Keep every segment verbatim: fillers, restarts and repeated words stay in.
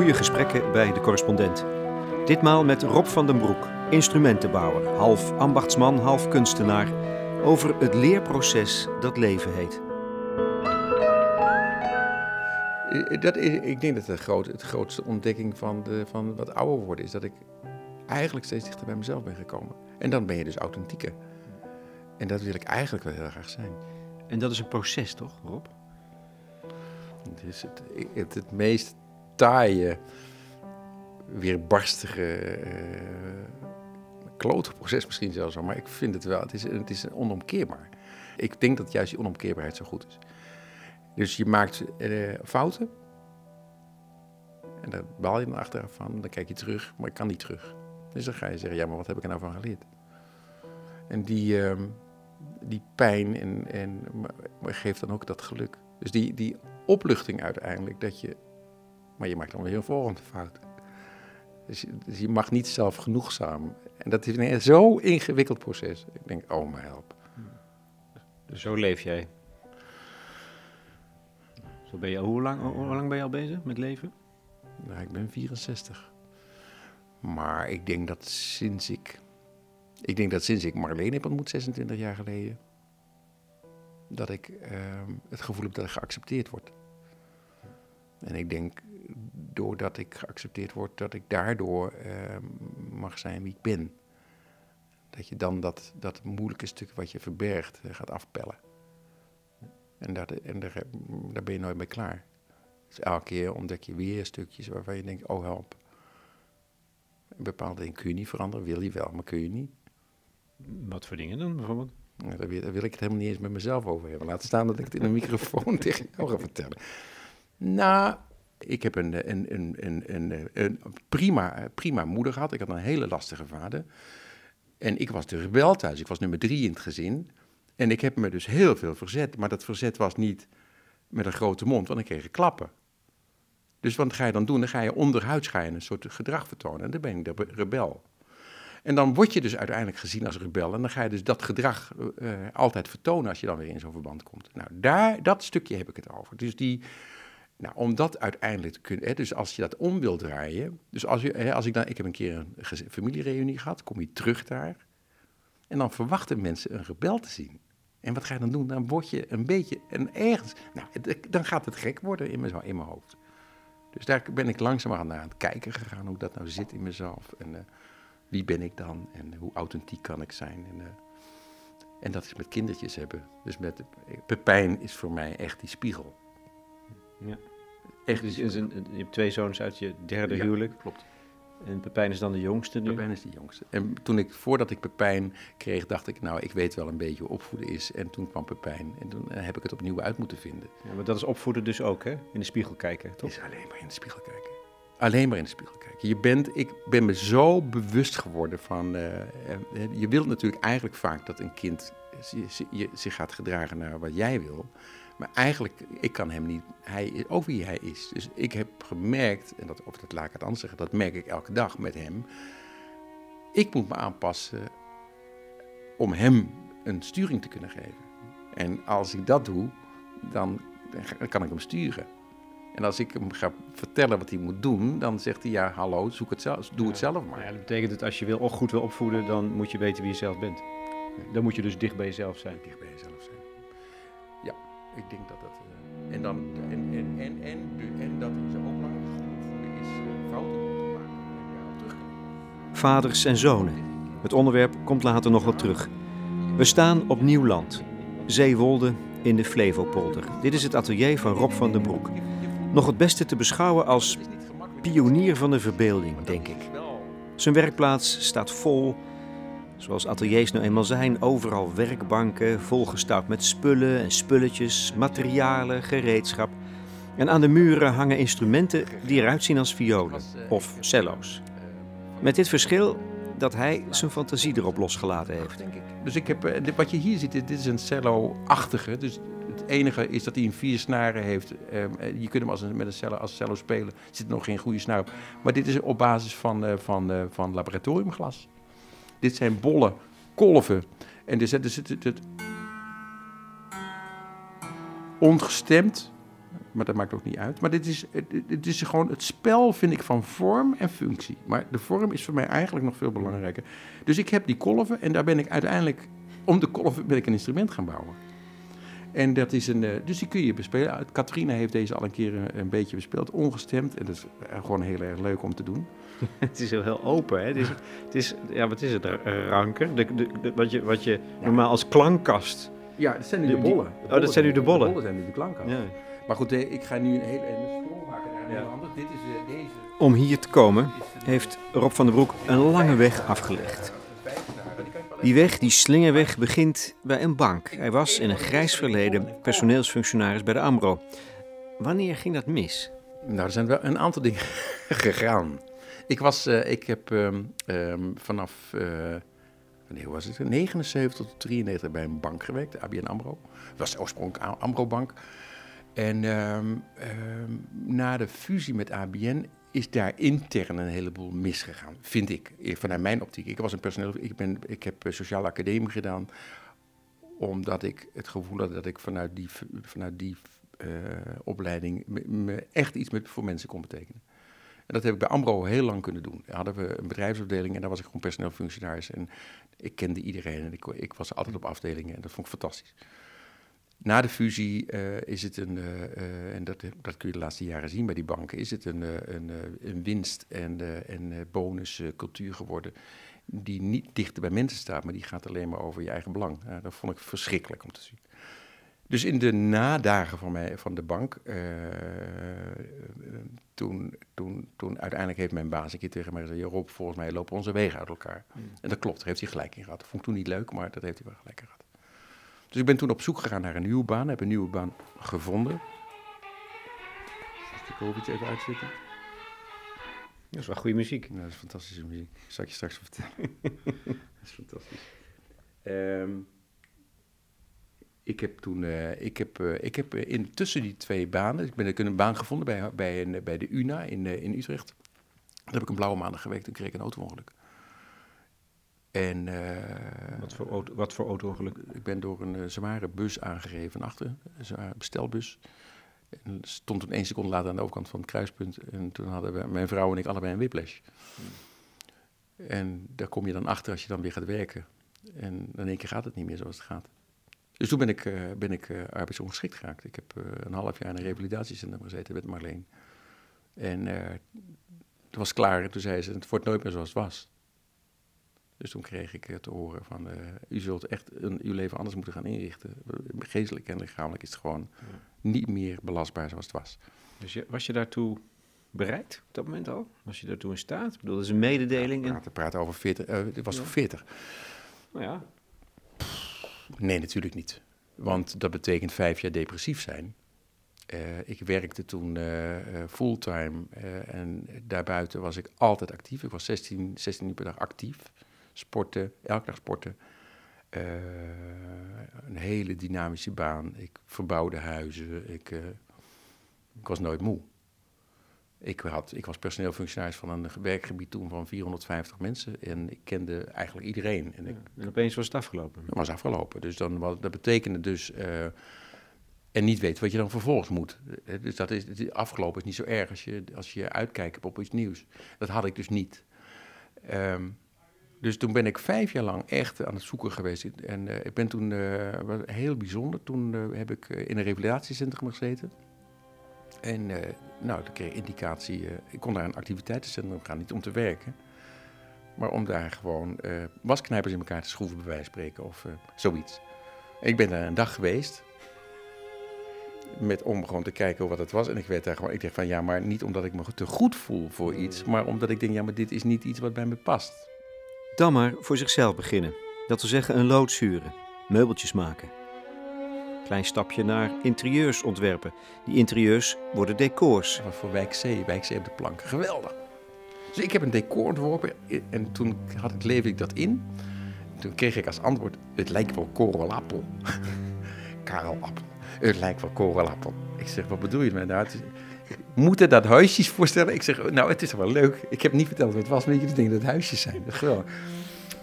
goede gesprekken bij De Correspondent. Ditmaal met Rob van den Broek, instrumentenbouwer, half ambachtsman, half kunstenaar, over het leerproces dat leven heet. Dat is, ik denk dat de groot, het grootste ontdekking van, de, van wat ouder worden is dat ik eigenlijk steeds dichter bij mezelf ben gekomen. En dan ben je dus authentieker. En dat wil ik eigenlijk wel heel graag zijn. En dat is een proces, toch, Rob? Het is het, het, het meest taaie, weerbarstige, uh, klote proces misschien zelfs wel. Maar ik vind het wel, het is, het is onomkeerbaar. Ik denk dat juist die onomkeerbaarheid zo goed is. Dus je maakt uh, fouten. En daar baal je dan achteraf van. Dan kijk je terug, maar ik kan niet terug. Dus dan ga je zeggen, ja, maar wat heb ik er nou van geleerd? En die, uh, die pijn en, en, maar geeft dan ook dat geluk. Dus die, die opluchting uiteindelijk, dat je... Maar je maakt dan weer een volgende fout. Dus je, dus je mag niet zelfgenoegzaam. En dat is een zo ingewikkeld proces. Ik denk, oh mijn help. Dus zo leef jij? Zo ben je, hoe, lang, hoe lang ben je al bezig met leven? Nou, ik ben vierenzestig. Maar ik denk dat sinds ik... Ik denk dat sinds ik Marleen heb ontmoet, zesentwintig jaar geleden... dat ik uh, het gevoel heb dat ik geaccepteerd word. En ik denk, doordat ik geaccepteerd word, dat ik daardoor uh, mag zijn wie ik ben. Dat je dan dat, dat moeilijke stuk wat je verbergt uh, gaat afpellen. En, dat, en daar, daar ben je nooit mee klaar. Dus elke keer ontdek je weer stukjes waarvan je denkt, oh help. Bepaalde dingen kun je niet veranderen, wil je wel, maar kun je niet. Wat voor dingen dan bijvoorbeeld? Nou, daar, wil, daar wil ik het helemaal niet eens met mezelf over hebben. Laat staan dat ik het in een microfoon tegen jou ga vertellen. Nou, ik heb een, een, een, een, een, een prima, prima moeder gehad. Ik had een hele lastige vader. En ik was de rebel thuis. Ik was nummer drie in het gezin. En ik heb me dus heel veel verzet. Maar dat verzet was niet met een grote mond, want ik kreeg klappen. Dus wat ga je dan doen? Dan ga je onderhuids ga je een soort gedrag vertonen. En dan ben ik de rebel. En dan word je dus uiteindelijk gezien als rebel. En dan ga je dus dat gedrag uh, altijd vertonen als je dan weer in zo'n verband komt. Nou, daar, dat stukje heb ik het over. Dus die, nou, om dat uiteindelijk te kunnen... Hè, dus als je dat om wil draaien... Dus als, je, hè, als ik dan... Ik heb een keer een familiereunie gehad. Kom je terug daar. En dan verwachten mensen een rebel te zien. En wat ga je dan doen? Dan word je een beetje... En ergens... Nou, het, dan gaat het gek worden in mijn, in mijn hoofd. Dus daar ben ik langzamerhand naar aan het kijken gegaan. Hoe dat nou zit in mezelf. En... Uh, Wie ben ik dan en hoe authentiek kan ik zijn? En, uh, en dat is met kindertjes hebben. Dus met Pepijn is voor mij echt die spiegel. Ja. Echt, dus is een, je hebt twee zoons uit je derde ja, huwelijk. Klopt. En Pepijn is dan de jongste nu? Pepijn is de jongste. En toen ik, voordat ik Pepijn kreeg, dacht ik, nou, ik weet wel een beetje hoe opvoeden is. En toen kwam Pepijn en toen uh, heb ik het opnieuw uit moeten vinden. Ja, maar dat is opvoeden dus ook, hè? In de spiegel kijken, toch? Is alleen maar in de spiegel kijken. Alleen maar in de spiegel kijken. Je bent, ik ben me zo bewust geworden van... Uh, uh, je wilt natuurlijk eigenlijk vaak dat een kind zich gaat gedragen naar wat jij wil. Maar eigenlijk, ik kan hem niet... Hij is ook wie hij is. Dus ik heb gemerkt, en dat, of dat laat ik het anders zeggen... dat merk ik elke dag met hem. Ik moet me aanpassen om hem een sturing te kunnen geven. En als ik dat doe, dan, dan kan ik hem sturen. En als ik hem ga vertellen wat hij moet doen, dan zegt hij, ja, hallo, zoek het zelf, doe het zelf maar. Ja, dat betekent dat als je wil, goed wil opvoeden, dan moet je weten wie je zelf bent. Dan moet je dus dicht bij jezelf zijn. Dicht bij jezelf zijn. Ja, ik denk dat dat... Uh, en, dan, en, en, en, en, en dat is ook belangrijk, goed opvoeden is uh, fouten te maken en daarop terug kunnen komen. Vaders en zonen. Het onderwerp komt later nog wel terug. We staan op nieuw land. Zeewolde in de Flevopolder. Dit is het atelier van Rob van den Broek. Nog het beste te beschouwen als pionier van de verbeelding, denk ik. Zijn werkplaats staat vol, zoals ateliers nou eenmaal zijn. Overal werkbanken, volgestouwd met spullen en spulletjes, materialen, gereedschap. En aan de muren hangen instrumenten die eruit zien als violen of cello's. Met dit verschil dat hij zijn fantasie erop losgelaten heeft. Dus ik heb, wat je hier ziet, dit is een cello-achtige. Dus het enige is dat hij een vier snaren heeft. Je kunt hem als een, met een cello, als cello spelen. Er zit nog geen goede snaar op. Maar dit is op basis van, van, van laboratoriumglas. Dit zijn bolle kolven. En er zit het, het ongestemd. Maar dat maakt ook niet uit. Maar dit is, het, het is gewoon het spel, vind ik, van vorm en functie. Maar de vorm is voor mij eigenlijk nog veel belangrijker. Dus ik heb die kolven en daar ben ik uiteindelijk... Om de kolven ben ik een instrument gaan bouwen. En dat is een... Dus die kun je bespelen. Catharina heeft deze al een keer een, een beetje bespeeld. Ongestemd. En dat is gewoon heel erg leuk om te doen. Het is heel, heel open, hè? Het is, het is, ja, wat is het? Ranker? De, de, de, wat je, wat je ja. normaal als klankkast... Ja, dat zijn nu de, de bollen. De bollen. Oh, dat zijn nu de bollen. De bollen zijn nu de klankkast. Ja. Maar goed, ik ga nu een hele een sprong maken naar een heel ander. Dit is uh, deze. Om hier te komen heeft Rob van den Broek een lange weg afgelegd. Die weg, die slingerweg, begint bij een bank. Hij was in een grijs verleden personeelsfunctionaris bij de AMRO. Wanneer ging dat mis? Nou, er zijn wel een aantal dingen gegaan. Ik was, uh, ik heb um, um, vanaf, uh, wanneer was het? negenenzeventig tot drieënnegentig bij een bank gewerkt, de A B N AMRO. Dat was oorspronkelijk AMRO Bank. En um, um, na de fusie met A B N is daar intern een heleboel misgegaan, vind ik, vanuit mijn optiek. Ik was een personeel, ik, ben, ik heb sociale academie gedaan, omdat ik het gevoel had dat ik vanuit die, vanuit die uh, opleiding me, me echt iets met, voor mensen kon betekenen. En dat heb ik bij AMRO heel lang kunnen doen. Daar hadden we een bedrijfsafdeling en daar was ik gewoon personeelfunctionaris. En ik kende iedereen en ik, ik was altijd op afdelingen en dat vond ik fantastisch. Na de fusie uh, is het een, uh, uh, en dat, dat kun je de laatste jaren zien bij die banken, is het een, uh, een, uh, een winst- en, uh, en uh, bonuscultuur geworden die niet dichter bij mensen staat, maar die gaat alleen maar over je eigen belang. Uh, dat vond ik verschrikkelijk om te zien. Dus in de nadagen van, mij, van de bank, uh, toen, toen, toen uiteindelijk heeft mijn baas een keer tegen mij gezegd, Rob, volgens mij lopen onze wegen uit elkaar. Mm. En dat klopt, daar heeft hij gelijk in gehad. Dat vond ik toen niet leuk, maar dat heeft hij wel gelijk in gehad. Dus ik ben toen op zoek gegaan naar een nieuwe baan, heb een nieuwe baan gevonden. Als de COVID even uitzetten. Dat is wel goede muziek. Ja, dat is fantastische muziek. Dat zal ik je straks vertellen. Dat is fantastisch. Um, ik heb toen, uh, ik heb, uh, ik heb uh, in, tussen die twee banen, ik ben ik een baan gevonden bij, bij, een, bij de U N A in, uh, in Utrecht. Daar heb ik een blauwe maandag gewerkt en kreeg ik een auto-ongeluk. En, uh, wat, voor auto, wat voor auto-ongeluk? Ik ben door een uh, zware bus aangegeven achter, een zware bestelbus. En stond toen één seconde later aan de overkant van het kruispunt. En toen hadden we, mijn vrouw en ik allebei een whiplash. Hmm. En daar kom je dan achter als je dan weer gaat werken. En in één keer gaat het niet meer zoals het gaat. Dus toen ben ik, uh, ben ik uh, arbeidsongeschikt geraakt. Ik heb uh, een half jaar in een revalidatiecentrum gezeten met Marleen. En uh, toen was het klaar en toen zei ze, het wordt nooit meer zoals het was. Dus toen kreeg ik te horen van, uh, u zult echt een, uw leven anders moeten gaan inrichten. Geestelijk en lichamelijk is het gewoon ja. niet meer belastbaar zoals het was. Dus je, was je daartoe bereid op dat moment al? Was je daartoe in staat? Ik bedoel, dat is een mededeling. Ja, praten, praten over veertig, uh, het was ja. voor veertig. Nou ja. Nee, natuurlijk niet. Want dat betekent vijf jaar depressief zijn. Uh, ik werkte toen uh, uh, fulltime uh, en daarbuiten was ik altijd actief. Ik was zestien, zestien uur per dag actief. Sporten, elke dag sporten. Uh, een hele dynamische baan. Ik verbouwde huizen. Ik, uh, ik was nooit moe. Ik, had, ik was personeelfunctionaris van een werkgebied toen van vierhonderdvijftig mensen. En ik kende eigenlijk iedereen. En, ik, en opeens was het afgelopen? Het was afgelopen. Dus dan, wat, dat betekende dus... Uh, en niet weten wat je dan vervolgens moet. Dus dat is, afgelopen is niet zo erg als je, als je uitkijkt hebt op iets nieuws. Dat had ik dus niet. Um, dus toen ben ik vijf jaar lang echt aan het zoeken geweest. En uh, ik ben toen, uh, heel bijzonder, toen uh, heb ik uh, in een revalidatiecentrum gezeten. En uh, nou, dan kreeg ik indicatie, uh, ik kon naar een activiteitencentrum gaan, niet om te werken. Maar om daar gewoon uh, wasknijpers in elkaar te schroeven, bij wijze van spreken, of uh, zoiets. En ik ben daar een dag geweest. Met om gewoon te kijken wat het was. En ik werd daar gewoon, ik dacht van ja, maar niet omdat ik me te goed voel voor iets, maar omdat ik denk, ja, maar dit is niet iets wat bij me past. Dan maar voor zichzelf beginnen. Dat wil zeggen een loods huren, meubeltjes maken. Klein stapje naar interieurs ontwerpen. Die interieurs worden decors. Maar voor Wijk C, Wijk C op de plank. Geweldig. Dus ik heb een decor ontworpen en toen had ik, leefde ik dat in. Toen kreeg ik als antwoord, het lijkt wel korelappel. Karelappel. Het lijkt wel korelappel. Ik zeg, wat bedoel je met nou? Moeten dat huisjes voorstellen? Ik zeg, nou, het is wel leuk. Ik heb niet verteld wat het was, maar jullie denken dat het huisjes zijn. Dat is geweldig.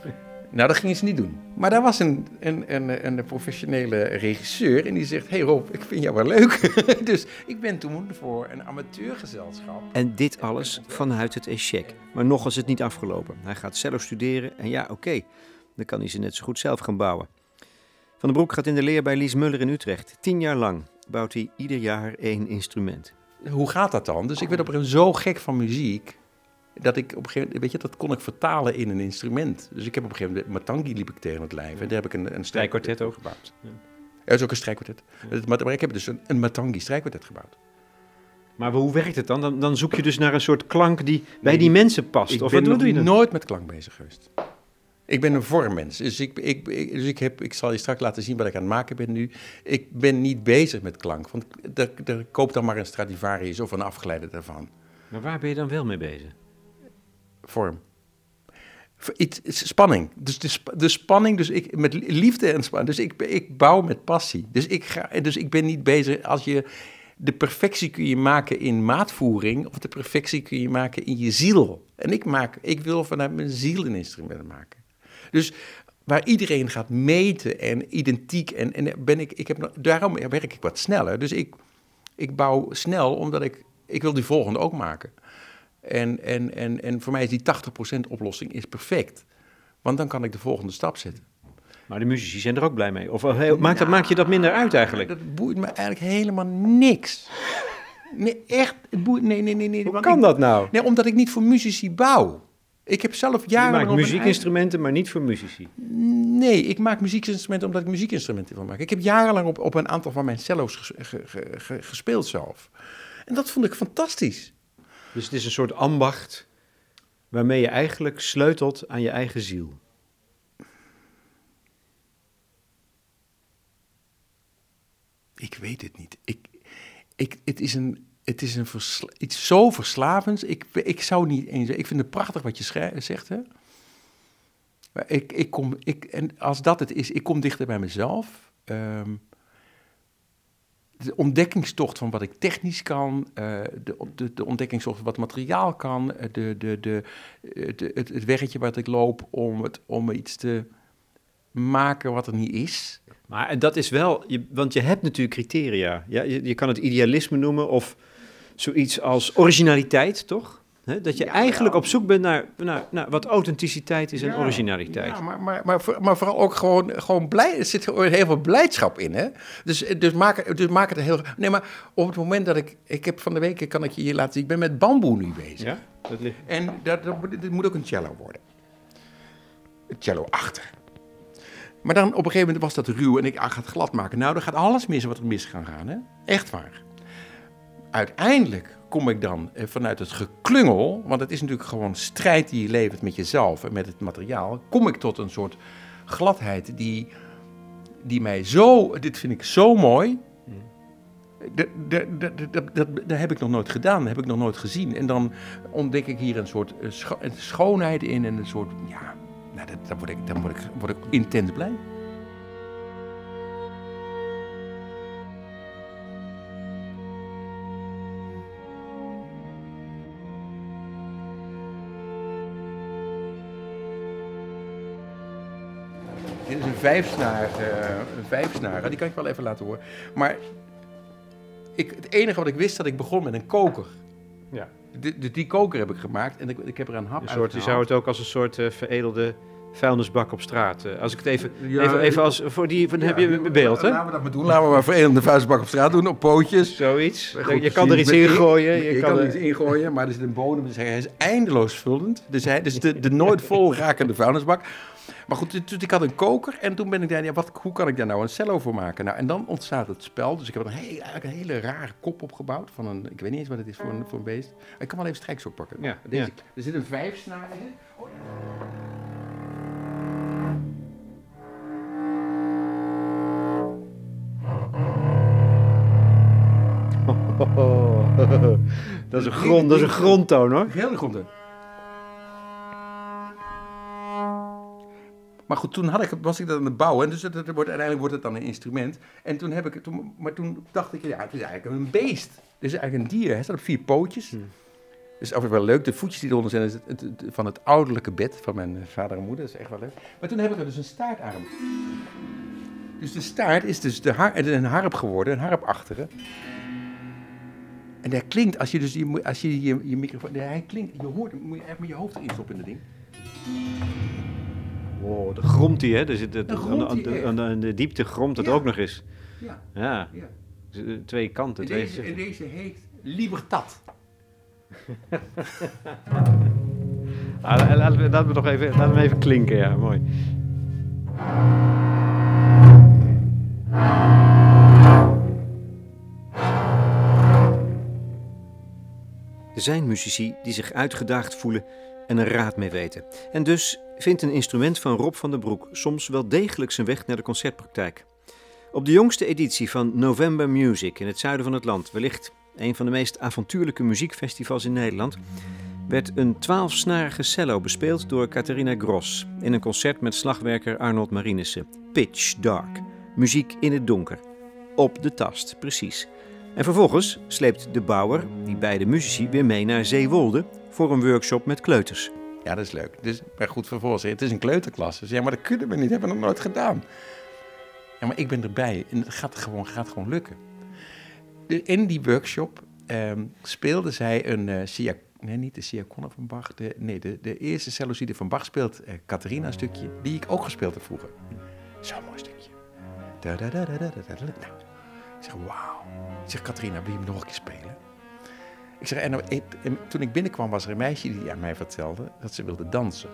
Nou, dat gingen ze niet doen. Maar daar was een, een, een, een professionele regisseur en die zegt... Hé hey Rob, ik vind jou wel leuk. Dus ik ben toen voor een amateurgezelschap... En dit alles vanuit het échec. Maar nog is het niet afgelopen. Hij gaat cello studeren en ja, oké, okay, dan kan hij ze net zo goed zelf gaan bouwen. Van den Broek gaat in de leer bij Lies Muller in Utrecht. Tien jaar lang bouwt hij ieder jaar één instrument. Hoe gaat dat dan? Dus ik werd op een gegeven moment zo gek van muziek... dat ik op een gegeven moment, weet je, dat kon ik vertalen in een instrument. Dus ik heb op een gegeven moment, Matangi liep ik tegen het lijf. En daar heb ik een, een strijkkwartet ook gebouwd. Ja. Dat is ook een strijkkwartet. Ja. Maar ik heb dus een, een Matangi strijkkwartet gebouwd. Maar hoe werkt het dan? dan? Dan zoek je dus naar een soort klank die bij nee, die mensen past. Ik of ben wat doe je dan? nooit met klank bezig geweest. Ik ben een vormmens. Dus, ik, ik, ik, dus ik, heb, ik zal je straks laten zien wat ik aan het maken ben nu. Ik ben niet bezig met klank. Want er koop dan maar een Stradivarius of een afgeleide daarvan. Maar waar ben je dan wel mee bezig? Vorm. Iets, spanning. Dus de, de spanning, dus ik met liefde en spanning. Dus ik, ik bouw met passie. Dus ik, ga, dus ik ben niet bezig als je... De perfectie kun je maken in maatvoering... of de perfectie kun je maken in je ziel. En ik, maak, ik wil vanuit mijn ziel een instrument maken. Dus waar iedereen gaat meten en identiek... en, en ben ik, ik heb, daarom werk ik wat sneller. Dus ik, ik bouw snel, omdat ik... Ik wil die volgende ook maken. En, en, en, en voor mij is die tachtig procent oplossing is perfect. Want dan kan ik de volgende stap zetten. Maar de muzici zijn er ook blij mee. Of heel, maakt, dat, maak je dat minder uit eigenlijk? Dat boeit me eigenlijk helemaal niks. Nee, echt. Het boeit, nee, nee, nee, nee. Hoe kan ik, dat nou? Nee, omdat ik niet voor muzici bouw. Ik heb zelf jaren... Je maakt muziekinstrumenten, maar niet voor muzici. Nee, ik maak muziekinstrumenten omdat ik muziekinstrumenten wil maken. Ik heb jarenlang op, op een aantal van mijn cello's ges, ge, ge, ge, gespeeld zelf. En dat vond ik fantastisch. Dus het is een soort ambacht waarmee je eigenlijk sleutelt aan je eigen ziel. Ik weet het niet. Ik, ik, het is, een, het is een versla, iets zo verslavends. Ik, ik zou niet eens... Ik vind het prachtig wat je schrijf, zegt, hè. Maar ik, ik kom... Ik, en als dat het is, ik kom dichter bij mezelf. Um, de ontdekkingstocht van wat ik technisch kan, uh, de, de, de ontdekkingstocht van wat materiaal kan, de, de, de, de, het, het weggetje wat ik loop om, het, om iets te maken wat er niet is. Maar dat is wel, je, want je hebt natuurlijk criteria. Ja? Je, je kan het idealisme noemen of zoiets als originaliteit, toch? He, dat je ja, eigenlijk ja. op zoek bent naar, naar, naar wat authenticiteit is en ja, originaliteit. Ja, maar, maar, maar, maar vooral ook gewoon, gewoon blij. Er zit heel veel blijdschap in, hè? Dus, dus, maak, dus maak het heel... Nee, maar op het moment dat ik... Ik heb van de week, kan ik je hier laten zien... Ik ben met bamboe nu bezig. Ja, dat ligt... En dat, dat, dit moet ook een cello worden. Een cello achter. Maar dan op een gegeven moment was dat ruw en ik ga het glad maken. Nou, dan gaat alles mis wat er mis kan gaan, hè? Echt waar. Uiteindelijk kom ik dan vanuit het geklungel, want het is natuurlijk gewoon strijd die je levert met jezelf en met het materiaal, kom ik tot een soort gladheid die, die mij zo, dit vind ik zo mooi, dat, dat, dat, dat, dat, dat heb ik nog nooit gedaan, dat heb ik nog nooit gezien. En dan ontdek ik hier een soort scho- een schoonheid in en een soort, ja, nou, dat, dan, word ik, dan word ik, word ik intens blij. Dit is een vijfsnaar, uh, een vijfsnaar, die kan ik wel even laten horen. Maar ik, het enige wat ik wist, dat ik begon met een koker. Ja. Die, die, die koker heb ik gemaakt en ik, ik heb er een hap uit gehaald. Je zou het ook als een soort uh, veredelde vuilnisbak op straat. Uh, als ik het even, ja, even, even als, voor die, van, ja, heb je een beeld, hè? Laten we dat maar doen, laten we maar veredelde vuilnisbak op straat doen, op pootjes. Zoiets. Goed, je kan er iets in gooien. Je, je kan, kan er iets in gooien, maar er zit een bodem, dus hij is eindeloos vullend. Dus hij dus de, de nooit vol rakende vuilnisbak. Maar goed, dus ik had een koker en toen ben ik daar, ja, wat, hoe kan ik daar nou een cello voor maken? Nou, en dan ontstaat het spel. Dus ik heb er een, heel, eigenlijk een hele rare kop opgebouwd van een, ik weet niet eens wat het is voor een, voor een beest. Ik kan wel even strijkstok pakken. Ja, Deze, ja. Er zit een vijfsnaar in. Oh, oh, oh, oh. Dat is een grond, dat is een grondtoon, hoor. Heel de grondtoon. Maar goed, toen had ik, was ik dat aan het bouwen. En dus het, het wordt, uiteindelijk wordt het dan een instrument. En toen heb ik, toen, maar toen dacht ik, ja, het is eigenlijk een beest. Het is eigenlijk een dier. Hij staat op vier pootjes. Hmm. is altijd wel leuk. De voetjes die eronder zijn is het, het, het, van het ouderlijke bed van mijn vader en moeder. Dat is echt wel leuk. Maar toen heb ik er dus een staartarm. Dus de staart is dus de har- een harp geworden, een harpachtige. En dat klinkt, als je dus je, als je, je, je microfoon... Hij klinkt, je hoort, moet je echt met je hoofd erin stoppen in dat ding. Wow, de gromt die, hè? Er zit het, Dan aan, gromt de, die aan, de, echt. aan de- aan de diepte gromt het Ja. ook nog eens. Ja, Ja, ja. dus, twee kanten. En Twee deze, en deze heet Libertad. Ah, la- laten we, laten we nog even, laten we hem even klinken, ja, mooi. Er zijn muzici die zich uitgedaagd voelen en er raad mee weten. En dus vindt een instrument van Rob van den Broek soms wel degelijk zijn weg naar de concertpraktijk. Op de jongste editie van November Music in het zuiden van het land, wellicht een van de meest avontuurlijke muziekfestivals in Nederland, werd een twaalfsnarige cello bespeeld door Catharina Gross in een concert met slagwerker Arnold Marinissen. Pitch Dark, muziek in het donker. Op de tast, precies. En vervolgens sleept de bouwer die beide muzici weer mee naar Zeewolde voor een workshop met kleuters. Ja, dat is leuk. Dus, maar goed, vervolgens, het is een kleuterklas. Dus ja, maar dat kunnen we niet, hebben we nog nooit gedaan. Ja, maar ik ben erbij en het gaat gewoon, gaat gewoon lukken. De, in die workshop ehm, speelde zij een uh, Sia, nee, niet de Ciaconne van Bach, de, nee, de, de eerste cellucide van Bach speelt uh, Catharina een stukje, die ik ook gespeeld heb vroeger. Zo'n mooi stukje. Da, da, da, da, da, da, da. Nou, ik zeg, wauw. Ik zeg, Catharina, wil je me nog een keer spelen? Ik zeg, en, en, en toen ik binnenkwam was er een meisje die aan mij vertelde dat ze wilde dansen.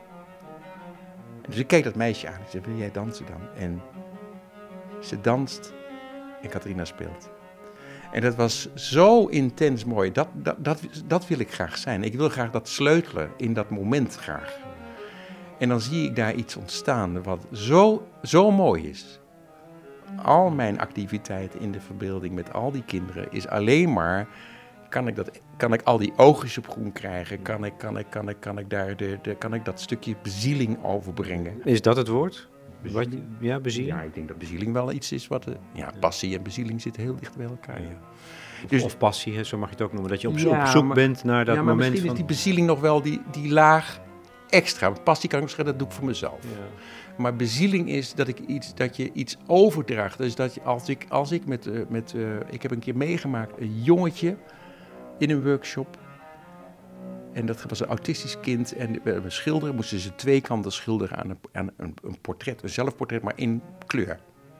En dus ik keek dat meisje aan. Ik zei, wil jij dansen dan? En ze danst en Catharina speelt. En dat was zo intens mooi. Dat, dat, dat, dat wil ik graag zijn. Ik wil graag dat sleutelen in dat moment graag. En dan zie ik daar iets ontstaan wat zo, zo mooi is. Al mijn activiteit in de verbeelding met al die kinderen is alleen maar... Kan ik, dat, kan ik al die oogjes op groen krijgen? Kan ik, kan ik, kan ik, kan ik, daar de, de, kan ik dat stukje bezieling overbrengen? Is dat het woord? Wat, ja, bezieling? Ja, ik denk dat bezieling wel iets is wat... Uh, ja, passie en bezieling zitten heel dicht bij elkaar. Ja. Dus, of passie, hè, zo mag je het ook noemen. Dat je op, ja, op zoek maar, bent naar dat ja, maar moment misschien van... is die bezieling nog wel die, die laag extra. Want passie kan ik zeggen, dat doe ik voor mezelf. Ja. Maar bezieling is dat, ik iets, dat je iets overdraagt. Dus dat je, als ik, als ik met... Uh, met uh, ik heb een keer meegemaakt, een jongetje... in een workshop. En dat was een autistisch kind. En we schilderen, moesten ze twee kanten schilderen aan, een, aan een, een portret. Een zelfportret, maar in kleur.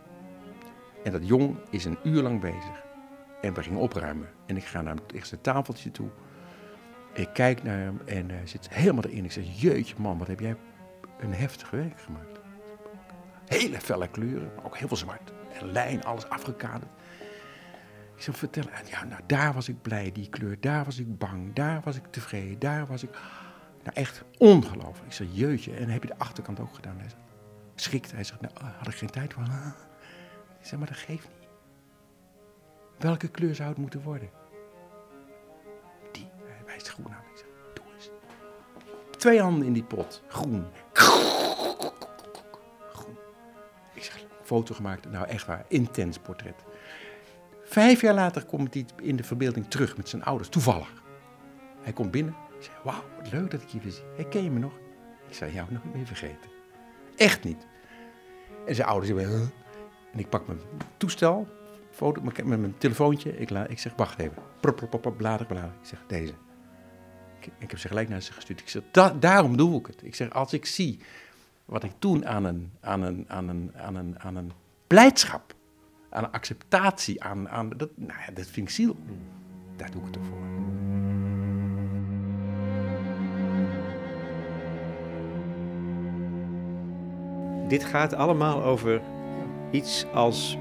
En dat jong is een uur lang bezig. En we gingen opruimen. En ik ga naar het eerste tafeltje toe. Ik kijk naar hem en hij zit helemaal erin. Ik zeg, jeetje man, wat heb jij een heftig werk gemaakt. Hele felle kleuren, maar ook heel veel zwart. En lijn, alles afgekaderd. Ik zou vertellen, ja, nou daar was ik blij, die kleur, daar was ik bang, daar was ik tevreden, daar was ik... Nou echt ongelooflijk. Ik zeg, jeetje, en heb je de achterkant ook gedaan? Hij zegt, schikt, hij zegt, nou had ik geen tijd voor. Ik zeg, maar dat geeft niet. Welke kleur zou het moeten worden? Die, hij wijst groen aan. Ik zeg, doe eens. Twee handen in die pot, groen. Groen. Ik zeg, foto gemaakt, nou echt waar, intens portret. Vijf jaar later komt hij in de verbeelding terug met zijn ouders, toevallig. Hij komt binnen. Ik zei, wauw, wat leuk dat ik je weer zie. Hey, ken je me nog? Ik zei, jou nog niet meer vergeten. Echt niet. En zijn ouders zeggen, huh? En ik pak mijn toestel, foto, met mijn telefoontje. Ik, la, ik zeg, wacht even. Prop, prop, prop, blader, blader. Ik zeg, deze. Ik, ik heb ze gelijk naar ze gestuurd. Ik zeg, da, daarom doe ik het. Ik zeg, als ik zie wat ik toen aan een, aan een, aan een, aan een, aan een blijdschap... aan een acceptatie, aan, aan dat, nou ja, dat vind ik ziel. Daar doe ik het voor. Dit gaat allemaal over iets als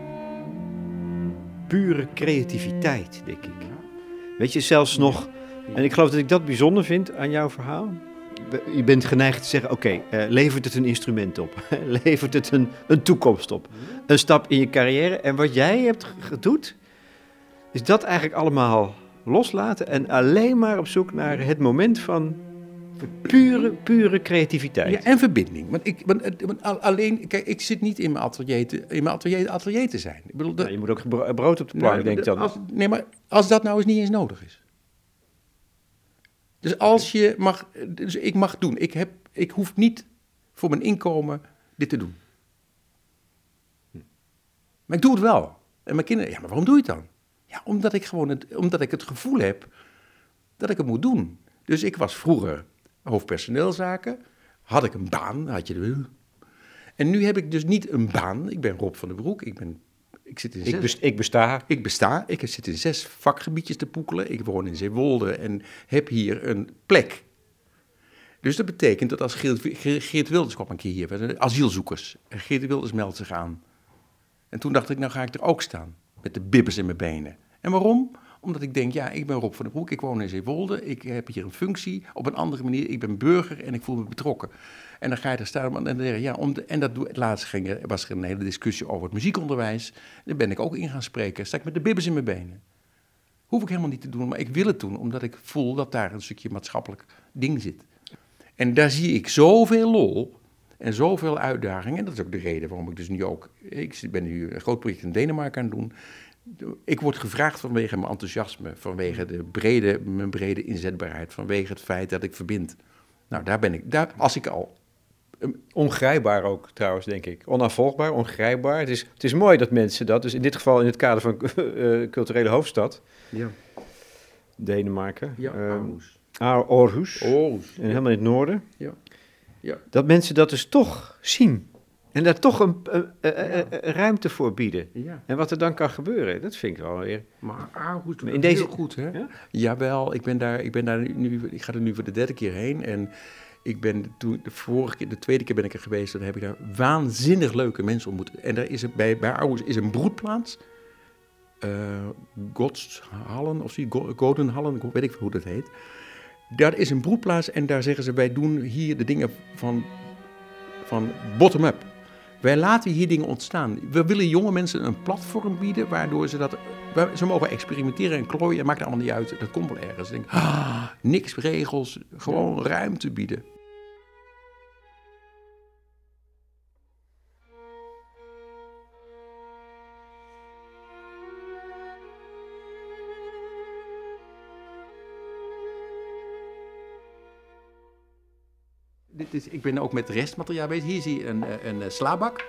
pure creativiteit, denk ik. Weet je, zelfs nog, en ik geloof dat ik dat bijzonder vind aan jouw verhaal. Je bent geneigd te zeggen, oké, okay, uh, levert het een instrument op? Levert het een, een toekomst op? Een stap in je carrière. En wat jij hebt doet, is dat eigenlijk allemaal loslaten en alleen maar op zoek naar het moment van pure, pure creativiteit. Ja, en verbinding. Want ik, want, want alleen, kijk, ik zit niet in mijn atelier te, in mijn atelier, atelier te zijn. Ik bedoel, dat, nou, je moet ook brood op de plank, nou, denk ik dan. Als, nee, maar als dat nou eens niet eens nodig is. Dus als je mag, dus ik mag doen. Ik, heb, ik hoef niet voor mijn inkomen dit te doen. Maar ik doe het wel. En mijn kinderen, ja, maar waarom doe je het dan? Ja, omdat ik gewoon het, omdat ik het gevoel heb dat ik het moet doen. Dus ik was vroeger hoofdpersoneelzaken, had ik een baan, had je de... En nu heb ik dus niet een baan. Ik ben Rob van den Broek, ik ben... Ik, zit in zes, ik, best, ik besta. Ik besta. Ik zit in zes vakgebiedjes te poekelen. Ik woon in Zeewolde en heb hier een plek. Dus dat betekent dat als Geert, Geert Wilders kwam een keer hier, asielzoekers. En Geert Wilders meldt zich aan. En toen dacht ik, nou ga ik er ook staan. Met de bibbers in mijn benen. En waarom? Omdat ik denk, ja, ik ben Rob van den Broek, ik woon in Zeewolde, ik heb hier een functie, op een andere manier, ik ben burger en ik voel me betrokken. En dan ga je er staan en dan zeg je, ja, om de, en dat doe, laatst ging, was er een hele discussie over het muziekonderwijs. Daar ben ik ook in gaan spreken, sta ik met de bibbers in mijn benen. Hoef ik helemaal niet te doen, maar ik wil het doen, omdat ik voel dat daar een stukje maatschappelijk ding zit. En daar zie ik zoveel lol en zoveel uitdagingen. En dat is ook de reden waarom ik dus nu ook, ik ben nu een groot project in Denemarken aan het doen. Ik word gevraagd vanwege mijn enthousiasme, vanwege de brede, mijn brede inzetbaarheid, vanwege het feit dat ik verbind. Nou, daar ben ik, daar, als ik al... Ongrijpbaar ook trouwens, denk ik. Onafvolgbaar, ongrijpbaar. Het is, het is mooi dat mensen dat, dus in dit geval in het kader van uh, culturele hoofdstad, ja. Denemarken. Ja, Aarhus. Uh, Aarhus. Aarhus. En helemaal in het noorden. Ja. Ja. Dat mensen dat dus toch zien. En daar toch een, een, een, een, een ruimte voor bieden. Ja. En wat er dan kan gebeuren, dat vind ik wel weer... Maar Aarhus doet in deze... heel goed, hè? Ja? Jawel, ik ben daar, ik ben daar nu, ik ga er nu voor de derde keer heen. En ik ben toen, de vorige keer, de tweede keer ben ik er geweest, en dan heb ik daar waanzinnig leuke mensen ontmoet. En daar is er, bij, bij Aarhus is een broedplaats. Uh, Godshallen of zoiets, Godenhallen, ik weet ik hoe dat heet. Daar is een broedplaats en daar zeggen ze, wij doen hier de dingen van, van bottom-up. Wij laten hier dingen ontstaan. We willen jonge mensen een platform bieden, waardoor ze dat... Ze mogen experimenteren en klooien, het maakt er allemaal niet uit. Dat komt wel ergens. Ik denk, ah, niks regels, gewoon ruimte bieden. Dit is, ik ben ook met restmateriaal bezig. Hier zie je een, een, een slaabak.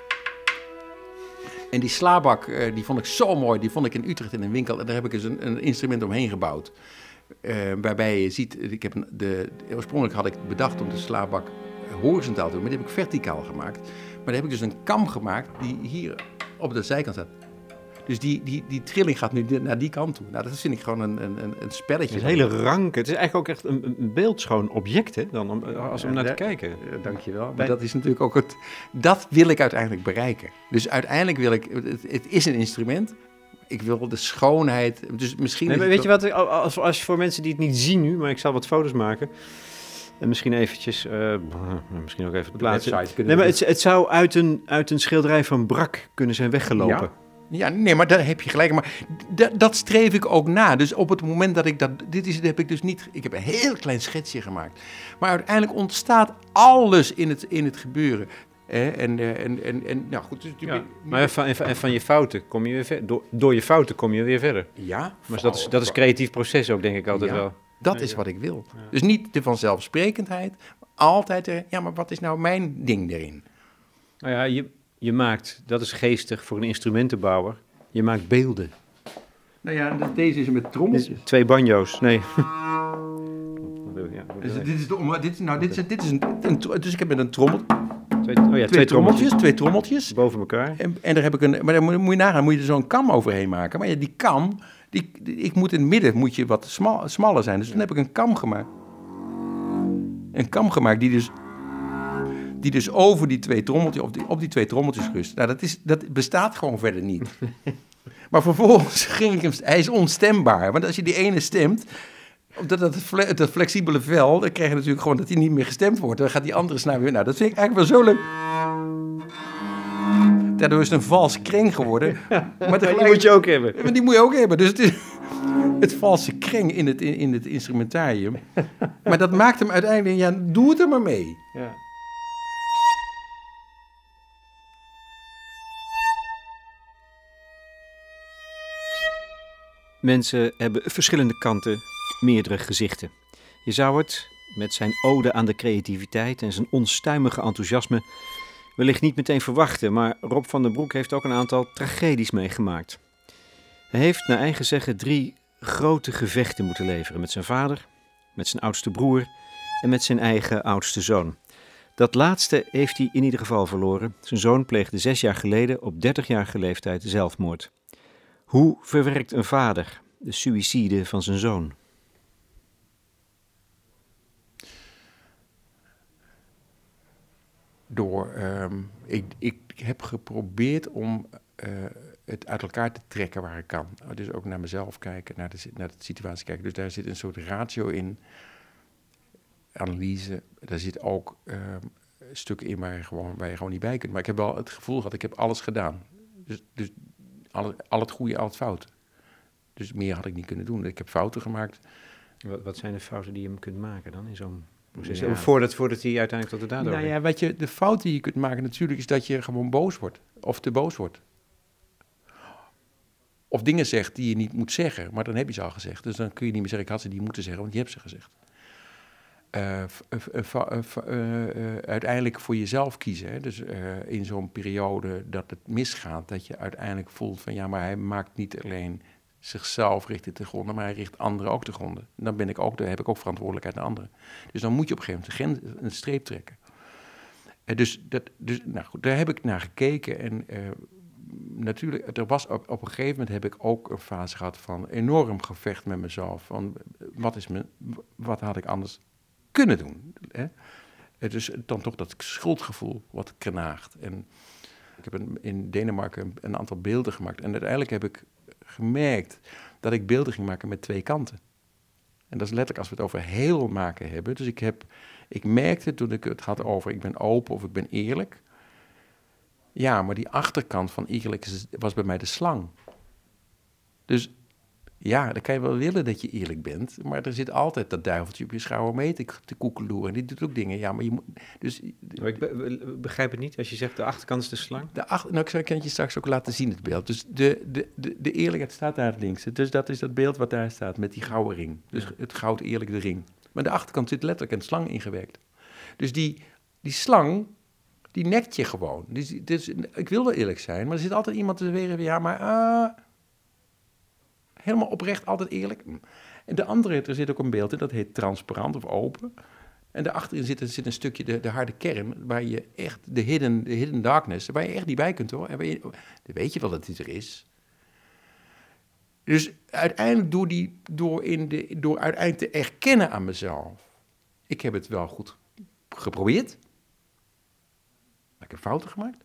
En die slaabak, die vond ik zo mooi. Die vond ik in Utrecht in een winkel. En daar heb ik dus een, een instrument omheen gebouwd. Uh, waarbij je ziet, ik heb een, de, oorspronkelijk had ik bedacht om de slaabak horizontaal te doen. Maar die heb ik verticaal gemaakt. Maar daar heb ik dus een kam gemaakt die hier op de zijkant staat. Dus die, die, die trilling gaat nu naar die kant toe. Nou, dat vind ik gewoon een, een, een spelletje. Het is hele ranke. Het is eigenlijk ook echt een, een beeldschoon object, hè, dan, om, als om ja, naar te kijken. Uh, Dankjewel. Maar Bij... dat is natuurlijk ook het... Dat wil ik uiteindelijk bereiken. Dus uiteindelijk wil ik... Het, het is een instrument. Ik wil de schoonheid... Dus misschien... Nee, maar weet je wat? Als, als voor mensen die het niet zien nu, maar ik zal wat foto's maken... En misschien eventjes... Uh, misschien ook even plaatsen. Nee, maar het, het zou uit een, uit een schilderij van Braque kunnen zijn weggelopen. Ja. Ja, nee, maar daar heb je gelijk. Maar d- dat streef ik ook na. Dus op het moment dat ik dat... Dit is, heb ik dus niet... Ik heb een heel klein schetsje gemaakt. Maar uiteindelijk ontstaat alles in het, in het gebeuren. Eh, en, en, en, en, nou goed. Dus ja, maar van, en van je fouten kom je weer verder. Door, door je fouten kom je weer verder. Ja. Maar dat is, dat is creatief proces ook, denk ik altijd ja, wel. Dat nee, is ja. wat ik wil. Ja. Dus niet de vanzelfsprekendheid. Maar altijd, er, ja, maar wat is nou mijn ding erin? Nou ja, je... Je maakt, dat is geestig voor een instrumentenbouwer, je maakt beelden. Nou ja, deze is met trommeltjes. Twee banjo's, nee. Ja, dus dit is de, dit, nou, dit is, dit is een, een, dus ik heb met een trommel... Twee, oh ja, twee, twee trommeltjes, trommeltjes. Twee trommeltjes. Boven elkaar. En, en daar heb ik een, maar dan moet je nagaan, moet je er zo'n kam overheen maken. Maar ja, die kam, die, die, ik moet in het midden moet je wat smal, smaller zijn. Dus dan heb ik een kam gemaakt. Een kam gemaakt die dus... die dus over die twee trommeltjes, op die, op die twee trommeltjes rust. Nou, dat, is, dat bestaat gewoon verder niet. Maar vervolgens ging ik hem... Hij is onstembaar, want als je die ene stemt... Dat, dat, dat flexibele vel, dan krijg je natuurlijk gewoon dat hij niet meer gestemd wordt. Dan gaat die andere snaar weer... Nou, dat vind ik eigenlijk wel zo leuk. Daardoor is het een valse kreng geworden. Ja, maar die moet je ook hebben. Maar die moet je ook hebben. Dus het is het valse kreng in het, in het instrumentarium. Maar dat maakt hem uiteindelijk... Ja, doe het er maar mee. Ja. Mensen hebben verschillende kanten, meerdere gezichten. Je zou het, met zijn ode aan de creativiteit en zijn onstuimige enthousiasme, wellicht niet meteen verwachten, maar Rob van den Broek heeft ook een aantal tragedies meegemaakt. Hij heeft naar eigen zeggen drie grote gevechten moeten leveren met zijn vader, met zijn oudste broer en met zijn eigen oudste zoon. Dat laatste heeft hij in ieder geval verloren. Zijn zoon pleegde zes jaar geleden op dertigjarige leeftijd zelfmoord. Hoe verwerkt een vader de suïcide van zijn zoon? Door, um, ik, ik heb geprobeerd om uh, het uit elkaar te trekken waar ik kan. Dus ook naar mezelf kijken, naar de, naar de situatie kijken. Dus daar zit een soort ratio in, analyse. Daar zit ook um, stukken in waar je, gewoon, waar je gewoon niet bij kunt. Maar ik heb wel het gevoel gehad, ik heb alles gedaan. Dus, dus al, al het goede, al het fout. Dus meer had ik niet kunnen doen. Ik heb fouten gemaakt. Wat, wat zijn de fouten die je hem kunt maken dan in zo'n proces? Ja. Voordat, voordat hij uiteindelijk tot de daad Nou ja, weet je, de fout die je kunt maken natuurlijk is dat je gewoon boos wordt. Of te boos wordt. Of dingen zegt die je niet moet zeggen, maar dan heb je ze al gezegd. Dus dan kun je niet meer zeggen, ik had ze niet moeten zeggen, want je hebt ze gezegd. Uh, uh, uh, uh, uh, uh, uiteindelijk voor jezelf kiezen. Hè? Dus uh, in zo'n periode dat het misgaat, dat je uiteindelijk voelt van ja, maar hij maakt niet alleen zichzelf richt te gronden, maar hij richt anderen ook te gronden. Dan ben ik ook, dan heb ik ook verantwoordelijkheid naar anderen. Dus dan moet je op een gegeven moment een, een streep trekken. Uh, dus dat, dus nou goed, daar heb ik naar gekeken en uh, natuurlijk, er was op, op een gegeven moment heb ik ook een fase gehad van enorm gevecht met mezelf. Van wat is me, wat had ik anders kunnen doen? Hè? Dus dan toch dat schuldgevoel wat knaagt. En ik heb een, in Denemarken een, een aantal beelden gemaakt. En uiteindelijk heb ik gemerkt dat ik beelden ging maken met twee kanten. En dat is letterlijk als we het over heel maken hebben. Dus ik, heb, ik merkte toen ik het had over ik ben open of ik ben eerlijk. Ja, maar die achterkant van eerlijk was bij mij de slang. Dus ja, dan kan je wel willen dat je eerlijk bent, maar er zit altijd dat duiveltje op je schouder mee te, te koekeloeren. En die doet ook dingen. Ja, maar je moet. Dus, maar ik be, begrijp het niet als je zegt de achterkant is de slang. De achter, nou, ik kan het je straks ook laten zien, het beeld. Dus de, de, de, de eerlijkheid staat daar links. Dus dat is dat beeld wat daar staat met die gouden ring. Dus ja. Het goud eerlijk de ring. Maar de achterkant zit letterlijk een slang ingewerkt. Dus die, die slang, die nekt je gewoon. Dus, dus, ik wil wel eerlijk zijn, maar er zit altijd iemand te zeggen, ja, maar uh, helemaal oprecht, altijd eerlijk. En de andere, er zit ook een beeld in, dat heet transparant of open. En daarachter zit, zit een stukje de, de harde kern, waar je echt, de hidden, de hidden darkness, waar je echt niet bij kunt hoor. En waar je, dan weet je wel dat dit er is. Dus uiteindelijk door, die, door, in de, door uiteindelijk te erkennen aan mezelf, ik heb het wel goed geprobeerd. Maar ik heb fouten gemaakt.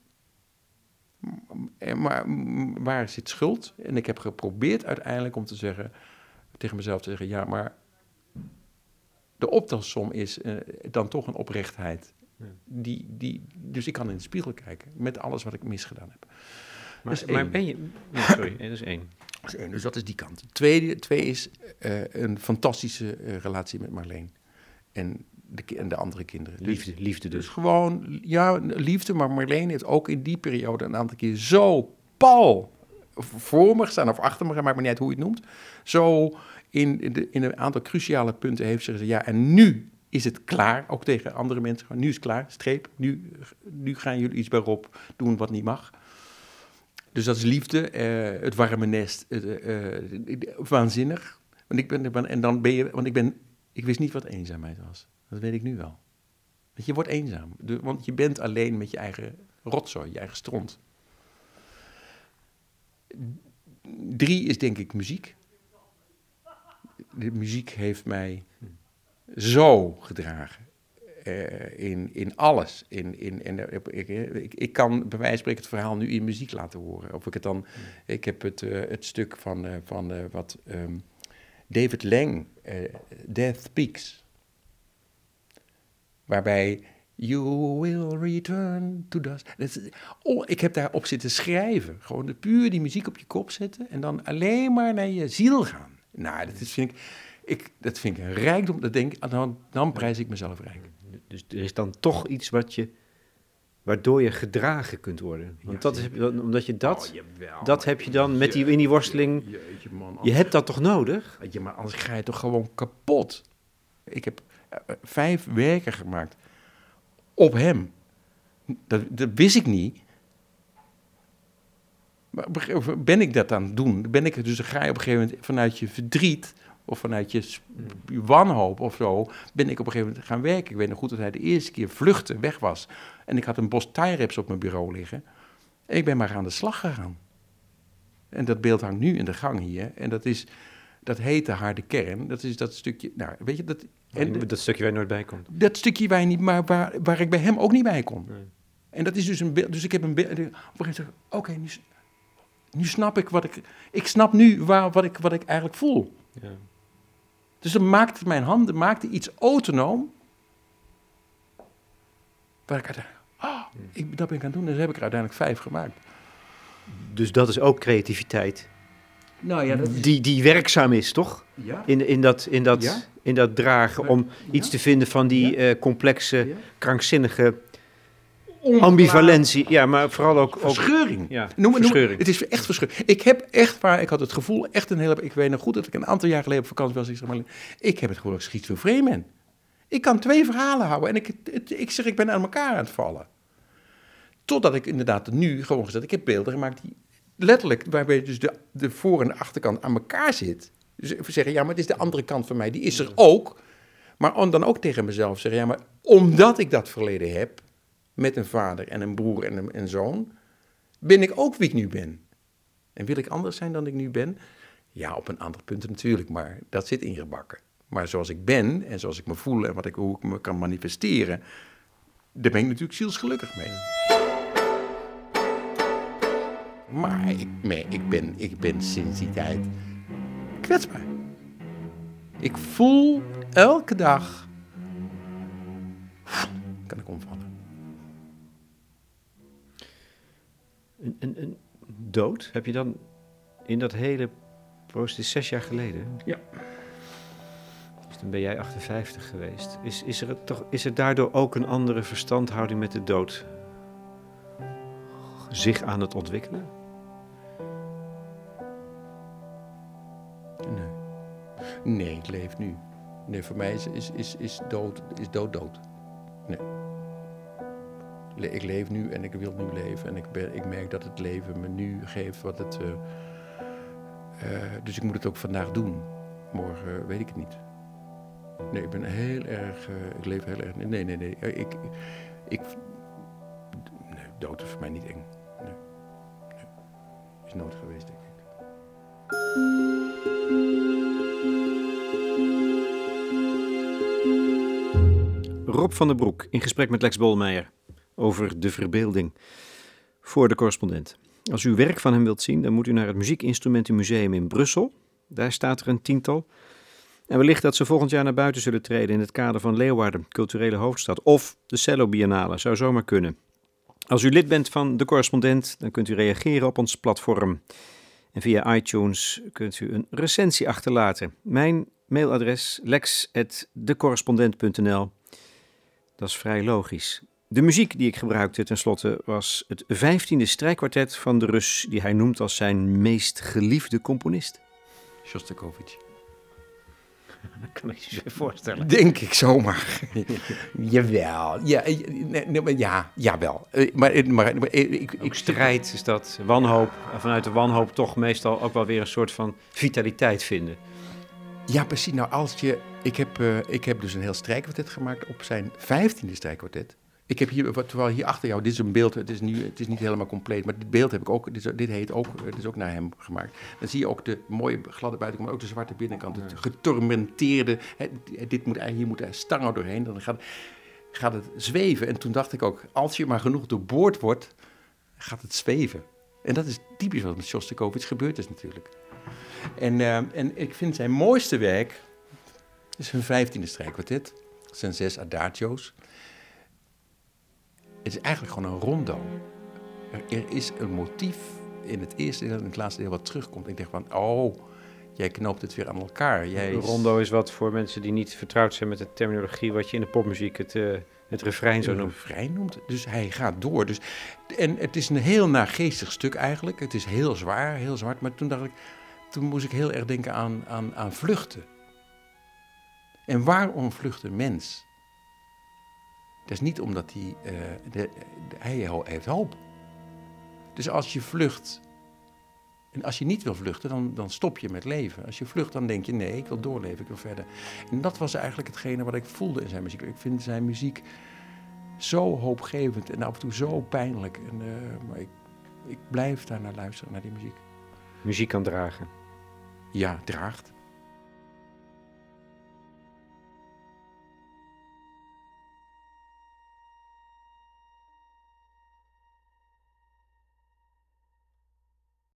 Maar waar zit schuld? En ik heb geprobeerd uiteindelijk om te zeggen, tegen mezelf te zeggen, ja, maar de optelsom is uh, dan toch een oprechtheid. Ja. Die, die, dus ik kan in de spiegel kijken met alles wat ik misgedaan heb. Maar, dus maar ben je... Nee, sorry, dat is één. Dat is één, dus dat is die kant. Tweede, twee is uh, een fantastische uh, relatie met Marleen. En de, en de andere kinderen. Liefde, dus, liefde dus. Dus gewoon, ja, liefde, maar Marleen heeft ook in die periode een aantal keer zo pal voor me gestaan, of achter me, maakt me niet uit hoe je het noemt. Zo in, in, de, in een aantal cruciale punten heeft ze gezegd, ja, en nu is het klaar, ook tegen andere mensen, nu is het klaar, streep, nu, nu gaan jullie iets bij Rob doen wat niet mag. Dus dat is liefde, uh, het warme nest, uh, uh, waanzinnig. Want ik ben, en dan ben je, want ik ben, ik wist niet wat eenzaamheid was. Dat weet ik nu wel. Want je wordt eenzaam, want je bent alleen met je eigen rotzooi, je eigen stront. Drie is denk ik muziek. De muziek heeft mij zo gedragen. Uh, in, in alles. In, in, in, ik, ik, ik kan bij wijze van spreken het verhaal nu in muziek laten horen. Of ik het dan... Mm. Ik heb het, uh, het stuk van, uh, van uh, wat um, David Lang, uh, Death Speaks. Waarbij... You will return to dust. Oh, ik heb daarop zitten schrijven. Gewoon de, puur die muziek op je kop zetten... en dan alleen maar naar je ziel gaan. Nou, dat is, vind ik, ik, dat vind ik een rijkdom. Dat denk, dan, dan prijs ik mezelf rijk. Dus er is dan toch iets wat je, waardoor je gedragen kunt worden. Want ja, dat is, omdat je dat, oh, jawel, dat heb je dan met die, in die worsteling... Jeetje, man, je hebt dat toch nodig? Je, maar anders ga je toch gewoon kapot. Ik heb uh, vijf werken gemaakt op hem. Dat, dat wist ik niet. Maar ben ik dat aan het doen? Ben ik, dus dan ga je op een gegeven moment vanuit je verdriet of vanuit je, je wanhoop of zo, ben ik op een gegeven moment gaan werken. Ik weet nog goed dat hij de eerste keer vluchtte, weg was. En ik had een bos tie-wraps op mijn bureau liggen. En ik ben maar aan de slag gegaan. En dat beeld hangt nu in de gang hier. En dat is, dat heet de harde kern. Dat is dat stukje, nou, weet je, dat... En dat stukje waar je nooit bij komt. Dat stukje waar, je niet, maar waar, waar ik bij hem ook niet bij kon. Nee. En dat is dus een beeld, dus ik heb een beeld, op een gegeven moment zeg ik, oké, okay, nu, nu snap ik wat ik, ik snap nu waar, wat, ik, wat ik eigenlijk voel. Ja. Dus dat maakte mijn handen, maakte iets autonoom, waar ik uiteindelijk, oh, ik, dat ben ik aan het doen, en dus heb ik er uiteindelijk vijf gemaakt. Dus dat is ook creativiteit. Nou ja, dat is... die, die werkzaam is, toch? Ja. In, in, dat, in, dat, ja? in dat dragen om ja? iets te vinden van die ja? uh, complexe, ja? krankzinnige Onklaar. ambivalentie. Ja, maar vooral ook... Verscheuring. Ook, ja, noem, verscheuring. Noem, het is echt verscheuring. Ik heb echt waar, ik had het gevoel, echt een hele... Ik weet nog goed dat ik een aantal jaar geleden op vakantie was. Ik zeg maar, ik heb het gevoel dat ik schizofreen ben. Ik kan twee verhalen houden en ik, het, ik zeg, ik ben aan elkaar aan het vallen. Totdat ik inderdaad nu gewoon gezegd, ik heb beelden gemaakt die letterlijk, waarbij dus de, de voor- en de achterkant aan elkaar zit. Dus we zeggen, ja, maar het is de andere kant van mij, die is er ook. Maar om dan ook tegen mezelf zeggen, ja, maar omdat ik dat verleden heb, met een vader en een broer en een, een zoon, ben ik ook wie ik nu ben. En wil ik anders zijn dan ik nu ben? Ja, op een aantal punten natuurlijk, maar dat zit ingebakken. Maar zoals ik ben en zoals ik me voel en wat ik, hoe ik me kan manifesteren, daar ben ik natuurlijk zielsgelukkig mee. Maar ik, nee, ik, ben, ik ben sinds die tijd kwetsbaar. Ik voel elke dag, kan ik omvallen. Een, een, een dood? Heb je dan in dat hele proces, zes jaar geleden? Ja. Dus dan ben jij achtenvijftig geweest. Is, is, er toch, is er daardoor ook een andere verstandhouding met de dood zich aan het ontwikkelen? Nee. Nee, ik leef nu. Nee, voor mij is, is, is, is, dood, is dood dood. Nee. Le- ik leef nu en ik wil nu leven. En ik, ben, ik merk dat het leven me nu geeft wat het... Uh, uh, dus ik moet het ook vandaag doen. Morgen uh, weet ik het niet. Nee, ik ben heel erg... Uh, ik leef heel erg... Nee, nee, nee. Ik, ik, ik, nee, dood is voor mij niet eng. Nee. Nee. Is nooit geweest, denk ik. Rob van den Broek in gesprek met Lex Bolmeijer over de verbeelding voor de correspondent. Als u werk van hem wilt zien, dan moet u naar het Muziekinstrumentenmuseum in Brussel. Daar staat er een tiental. En wellicht dat ze volgend jaar naar buiten zullen treden in het kader van Leeuwarden, culturele hoofdstad. Of de Cello Biennale, zou zomaar kunnen. Als u lid bent van De Correspondent, dan kunt u reageren op ons platform. En via iTunes kunt u een recensie achterlaten. Mijn mailadres lex at decorrespondent punt n l. Dat is vrij logisch. De muziek die ik gebruikte tenslotte was het vijftiende strijkkwartet van de Rus die hij noemt als zijn meest geliefde componist. Shostakovich. Dat kan ik je zo voorstellen. Denk ik zomaar. Jawel. Ja, nee, nee, ja, jawel. Maar, maar, maar ik, ik strijd is dat, wanhoop. Vanuit de wanhoop toch meestal ook wel weer een soort van vitaliteit vinden. Ja, precies. Nou, als je... Ik heb, uh, ik heb dus een heel strijkkwartet gemaakt op zijn vijftiende strijkkwartet. Ik heb hier, terwijl hier achter jou, dit is een beeld, het is, nu, het is niet helemaal compleet, maar dit beeld heb ik ook, dit, dit heet ook, dit is ook naar hem gemaakt. Dan zie je ook de mooie gladde buitenkant, maar ook de zwarte binnenkant, het getormenteerde, hè, dit moet, hier moet er stangen doorheen, dan gaat, gaat het zweven. En toen dacht ik ook, als je maar genoeg doorboord wordt, gaat het zweven. En dat is typisch wat met Shostakovich gebeurd is natuurlijk. En, uh, en ik vind zijn mooiste werk, is zijn vijftiende strijkkwartet, zijn zes adagio's. Het is eigenlijk gewoon een rondo. Er, er is een motief in het eerste deel en het laatste deel wat terugkomt. Ik denk van, oh, jij knoopt het weer aan elkaar. Jij een rondo is wat voor mensen die niet vertrouwd zijn met de terminologie, wat je in de popmuziek het, uh, het refrein zo noemt. Het refrein noemt. Dus hij gaat door. Dus, en het is een heel naargeestig stuk eigenlijk. Het is heel zwaar, heel zwart. Maar toen dacht ik, toen moest ik heel erg denken aan, aan, aan vluchten. En waarom vlucht een mens? Dat is niet omdat hij, uh, de, de, hij heeft hoop. Dus als je vlucht, en als je niet wil vluchten, dan, dan stop je met leven. Als je vlucht, dan denk je, nee, ik wil doorleven, ik wil verder. En dat was eigenlijk hetgene wat ik voelde in zijn muziek. Ik vind zijn muziek zo hoopgevend en af en toe zo pijnlijk. En, uh, maar ik, ik blijf daar naar luisteren, naar die muziek. Muziek kan dragen. Ja, draagt.